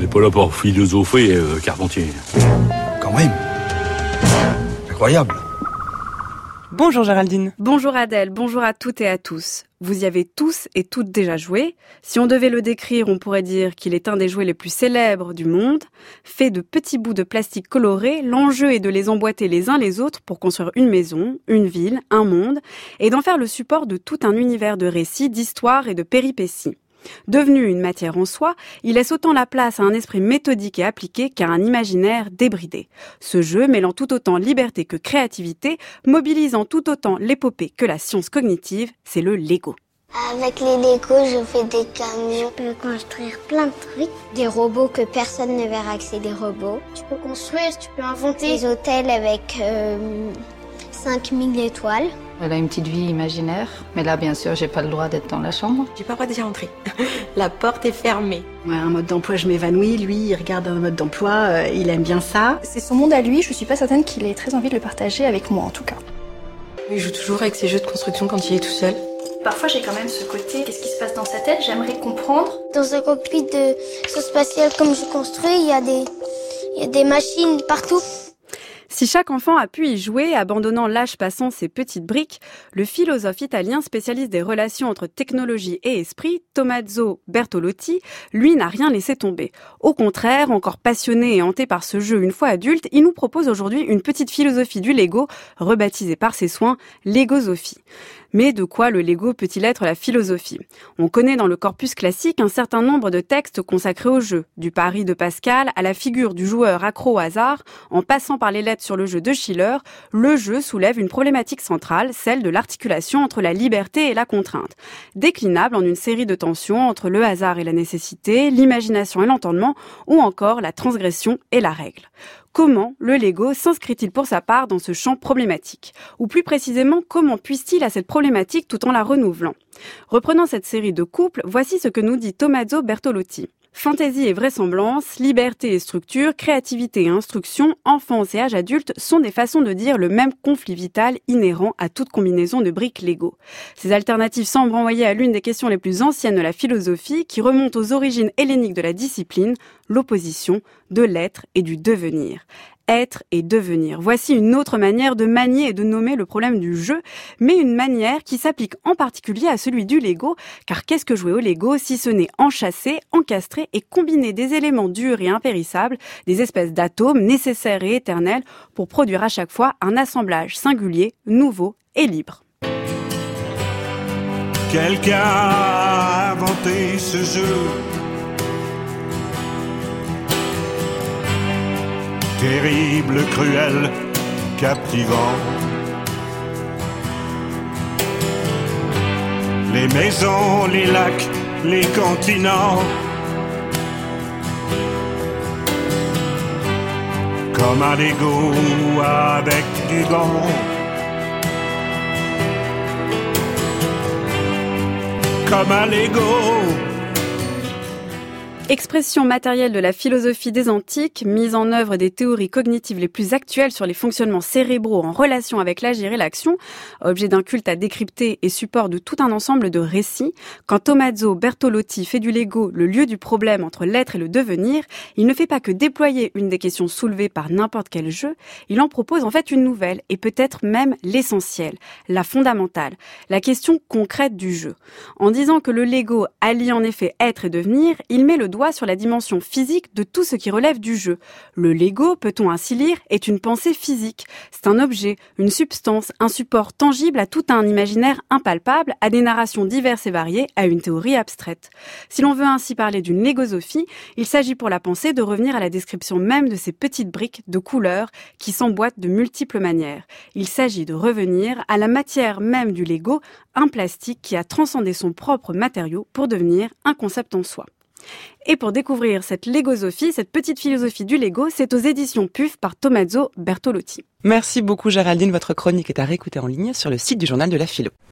n'est pas là pour philosopher, Carpentier. Quand même. Incroyable. Bonjour Géraldine. Bonjour Adèle, bonjour à toutes et à tous. Vous y avez tous et toutes déjà joué. Si on devait le décrire, on pourrait dire qu'il est un des jouets les plus célèbres du monde. Fait de petits bouts de plastique colorés, l'enjeu est de les emboîter les uns les autres pour construire une maison, une ville, un monde, et d'en faire le support de tout un univers de récits, d'histoires et de péripéties. Devenu une matière en soi, il laisse autant la place à un esprit méthodique et appliqué qu'à un imaginaire débridé. Ce jeu, mêlant tout autant liberté que créativité, mobilisant tout autant l'épopée que la science cognitive, c'est le Lego. Avec les Lego, je fais des camions. Je peux construire plein de trucs. Des robots que personne ne verra que c'est des robots. Tu peux construire, tu peux inventer des hôtels avec 5000 étoiles. Elle a une petite vie imaginaire, mais là, bien sûr, j'ai pas le droit d'être dans la chambre. J'ai pas le droit d'y rentrer. La porte est fermée. Ouais, un mode d'emploi, je m'évanouis. Lui, il regarde un mode d'emploi, il aime bien ça. C'est son monde à lui, je suis pas certaine qu'il ait très envie de le partager avec moi, en tout cas. Il joue toujours avec ses jeux de construction quand il est tout seul. Parfois, j'ai quand même ce côté, qu'est-ce qui se passe dans sa tête, j'aimerais comprendre. Dans un cockpit de saut spatial comme je construis, il y a des machines partout. Si chaque enfant a pu y jouer, abandonnant l'âge passant ses petites briques, le philosophe italien spécialiste des relations entre technologie et esprit, Tommaso Bertolotti, lui n'a rien laissé tomber. Au contraire, encore passionné et hanté par ce jeu une fois adulte, il nous propose aujourd'hui une petite philosophie du Lego, rebaptisée par ses soins Legosophie. Mais de quoi le Lego peut-il être la philosophie ? On connaît dans le corpus classique un certain nombre de textes consacrés au jeu, du pari de Pascal à la figure du joueur accro au hasard, en passant par les lettres sur le jeu de Schiller, le jeu soulève une problématique centrale, celle de l'articulation entre la liberté et la contrainte, déclinable en une série de tensions entre le hasard et la nécessité, l'imagination et l'entendement, ou encore la transgression et la règle. Comment le Lego s'inscrit-il pour sa part dans ce champ problématique ? Ou plus précisément, comment puise-t-il à cette problématique tout en la renouvelant ? Reprenant cette série de couples, voici ce que nous dit Tommaso Bertolotti. Fantaisie et vraisemblance, liberté et structure, créativité et instruction, enfance et âge adulte sont des façons de dire le même conflit vital inhérent à toute combinaison de briques Lego. Ces alternatives semblent renvoyer à l'une des questions les plus anciennes de la philosophie qui remonte aux origines helléniques de la discipline, l'opposition de l'être et du devenir. Être et devenir. Voici une autre manière de manier et de nommer le problème du jeu, mais une manière qui s'applique en particulier à celui du Lego, car qu'est-ce que jouer au Lego si ce n'est enchasser, encastrer et combiner des éléments durs et impérissables, des espèces d'atomes nécessaires et éternels pour produire à chaque fois un assemblage singulier, nouveau et libre. Quelqu'un a inventé ce jeu. Terrible, cruel, captivant. Les maisons, les lacs, les continents. Comme un Lego avec du banc. Comme un Lego. Expression matérielle de la philosophie des antiques, mise en œuvre des théories cognitives les plus actuelles sur les fonctionnements cérébraux en relation avec l'agir et l'action, objet d'un culte à décrypter et support de tout un ensemble de récits, quand Tommaso Bertolotti fait du Lego le lieu du problème entre l'être et le devenir, il ne fait pas que déployer une des questions soulevées par n'importe quel jeu, il en propose en fait une nouvelle et peut-être même l'essentielle, la fondamentale, la question concrète du jeu. En disant que le Lego allie en effet être et devenir, il met le doigt sur la dimension physique de tout ce qui relève du jeu. Le Lego, peut-on ainsi lire, est une pensée physique. C'est un objet, une substance, un support tangible à tout un imaginaire impalpable, à des narrations diverses et variées, à une théorie abstraite. Si l'on veut ainsi parler d'une légosophie, il s'agit pour la pensée de revenir à la description même de ces petites briques de couleurs qui s'emboîtent de multiples manières. Il s'agit de revenir à la matière même du Lego, un plastique qui a transcendé son propre matériau pour devenir un concept en soi. Et pour découvrir cette légosophie, cette petite philosophie du Lego, c'est aux éditions PUF par Tommaso Bertolotti. Merci beaucoup Géraldine, votre chronique est à réécouter en ligne sur le site du Journal de la Philo.